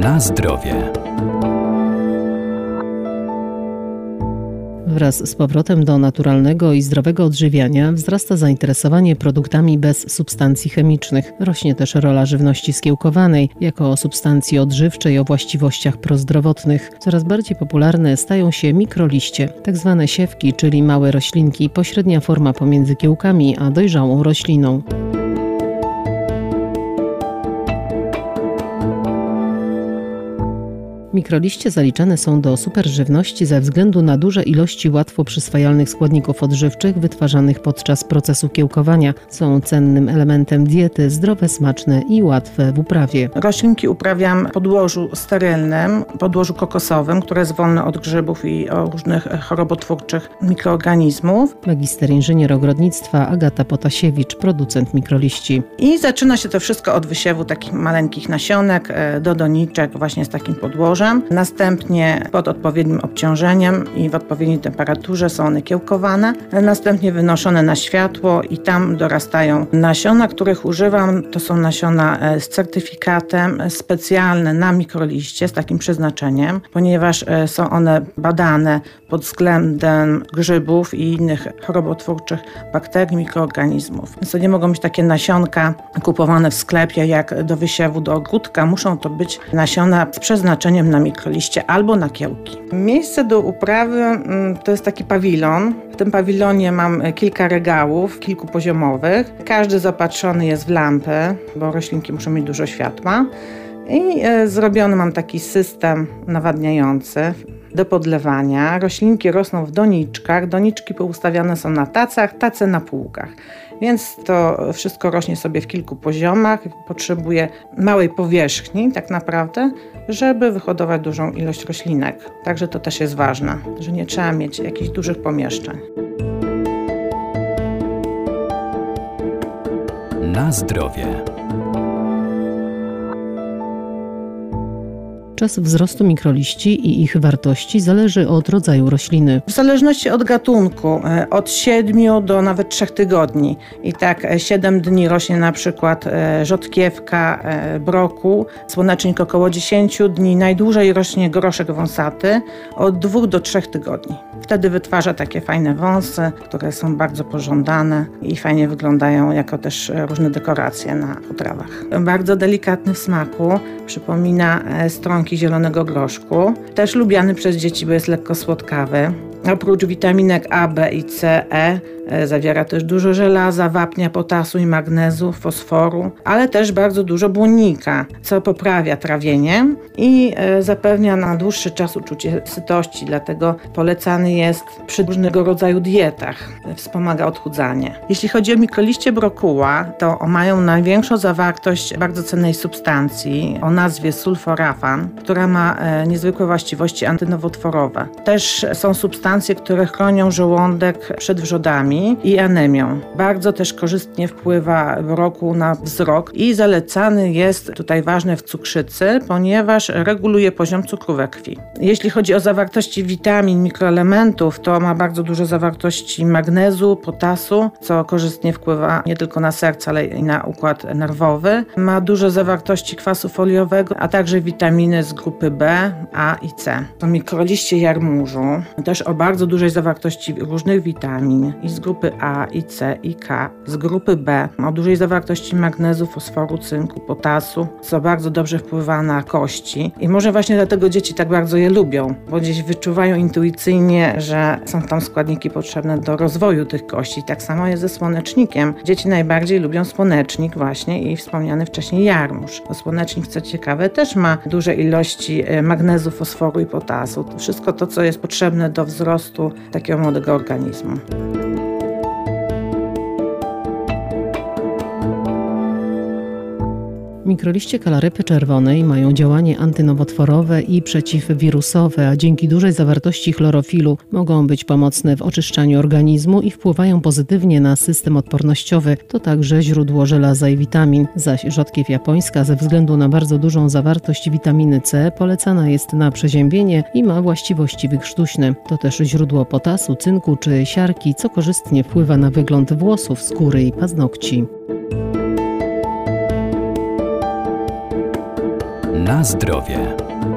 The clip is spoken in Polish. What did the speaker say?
Na zdrowie. Wraz z powrotem do naturalnego i zdrowego odżywiania wzrasta zainteresowanie produktami bez substancji chemicznych. Rośnie też rola żywności skiełkowanej jako substancji odżywczej o właściwościach prozdrowotnych. Coraz bardziej popularne stają się mikroliście, tak zwane siewki, czyli małe roślinki, pośrednia forma pomiędzy kiełkami a dojrzałą rośliną. Mikroliście zaliczane są do superżywności ze względu na duże ilości łatwo przyswajalnych składników odżywczych wytwarzanych podczas procesu kiełkowania. Są cennym elementem diety, zdrowe, smaczne i łatwe w uprawie. Roślinki uprawiam w podłożu sterylnym, podłożu kokosowym, które jest wolne od grzybów i różnych chorobotwórczych mikroorganizmów. Magister inżynier ogrodnictwa Agata Potasiewicz, producent mikroliści. I zaczyna się to wszystko od wysiewu takich maleńkich nasionek do doniczek właśnie z takim podłożem. Następnie pod odpowiednim obciążeniem i w odpowiedniej temperaturze są one kiełkowane. Następnie wynoszone na światło i tam dorastają nasiona, których używam. To są nasiona z certyfikatem specjalne na mikroliście z takim przeznaczeniem, ponieważ są one badane pod względem grzybów i innych chorobotwórczych bakterii, mikroorganizmów. Więc to nie mogą być takie nasionka kupowane w sklepie jak do wysiewu do ogródka. Muszą to być nasiona z przeznaczeniem na mikroliście albo na kiełki. Miejsce do uprawy to jest taki pawilon. W tym pawilonie mam kilka regałów, kilkupoziomowych. Każdy zaopatrzony jest w lampy, bo roślinki muszą mieć dużo światła. I zrobiony mam taki system nawadniający do podlewania. Roślinki rosną w doniczkach. Doniczki poustawiane są na tacach, tace na półkach. Więc to wszystko rośnie sobie w kilku poziomach. Potrzebuje małej powierzchni tak naprawdę, żeby wyhodować dużą ilość roślinek. Także to też jest ważne, że nie trzeba mieć jakichś dużych pomieszczeń. Na zdrowie. Czas wzrostu mikroliści i ich wartości zależy od rodzaju rośliny. W zależności od gatunku, od 7 do nawet 3 tygodni. I tak 7 dni rośnie na przykład rzodkiewka broku, słonecznik około 10 dni, najdłużej rośnie groszek wąsaty od 2 do 3 tygodni. Wtedy wytwarza takie fajne wąsy, które są bardzo pożądane i fajnie wyglądają jako też różne dekoracje na potrawach. Bardzo delikatny w smaku, przypomina stronki zielonego groszku. Też lubiany przez dzieci, bo jest lekko słodkawy. Oprócz witaminek A, B i C, E zawiera też dużo żelaza, wapnia, potasu i magnezu, fosforu, ale też bardzo dużo błonnika, co poprawia trawienie i zapewnia na dłuższy czas uczucie sytości, dlatego polecany jest przy różnego rodzaju dietach. Wspomaga odchudzanie. Jeśli chodzi o mikroliście brokuła, to mają największą zawartość bardzo cennej substancji o nazwie sulforafan, która ma niezwykłe właściwości antynowotworowe. Też są substancje, które chronią żołądek przed wrzodami i anemią. Bardzo też korzystnie wpływa brokuł na wzrok i zalecany jest, tutaj ważne, w cukrzycy, ponieważ reguluje poziom cukru we krwi. Jeśli chodzi o zawartości witamin, mikroelementów, to ma bardzo dużo zawartości magnezu, potasu, co korzystnie wpływa nie tylko na serce, ale i na układ nerwowy. Ma dużo zawartości kwasu foliowego, a także witaminy z grupy B, A i C. To mikroliście jarmużu, też o bardzo dużej zawartości różnych witamin i z grupy A i C i K, z grupy B o dużej zawartości magnezu, fosforu, cynku, potasu, co bardzo dobrze wpływa na kości. I może właśnie dlatego dzieci tak bardzo je lubią, bo gdzieś wyczuwają intuicyjnie, że są tam składniki potrzebne do rozwoju tych kości. Tak samo jest ze słonecznikiem. Dzieci najbardziej lubią słonecznik właśnie i wspomniany wcześniej jarmuż. Bo słonecznik, co ciekawe, też ma duże ilości magnezu, fosforu i potasu. To wszystko to, co jest potrzebne do wzrostu takiego młodego organizmu. Mikroliście kalarypy czerwonej mają działanie antynowotworowe i przeciwwirusowe, a dzięki dużej zawartości chlorofilu mogą być pomocne w oczyszczaniu organizmu i wpływają pozytywnie na system odpornościowy. To także źródło żelaza i witamin, zaś rzodkiew japońska ze względu na bardzo dużą zawartość witaminy C polecana jest na przeziębienie i ma właściwości wykrztuśne. To też źródło potasu, cynku czy siarki, co korzystnie wpływa na wygląd włosów, skóry i paznokci. Na zdrowie.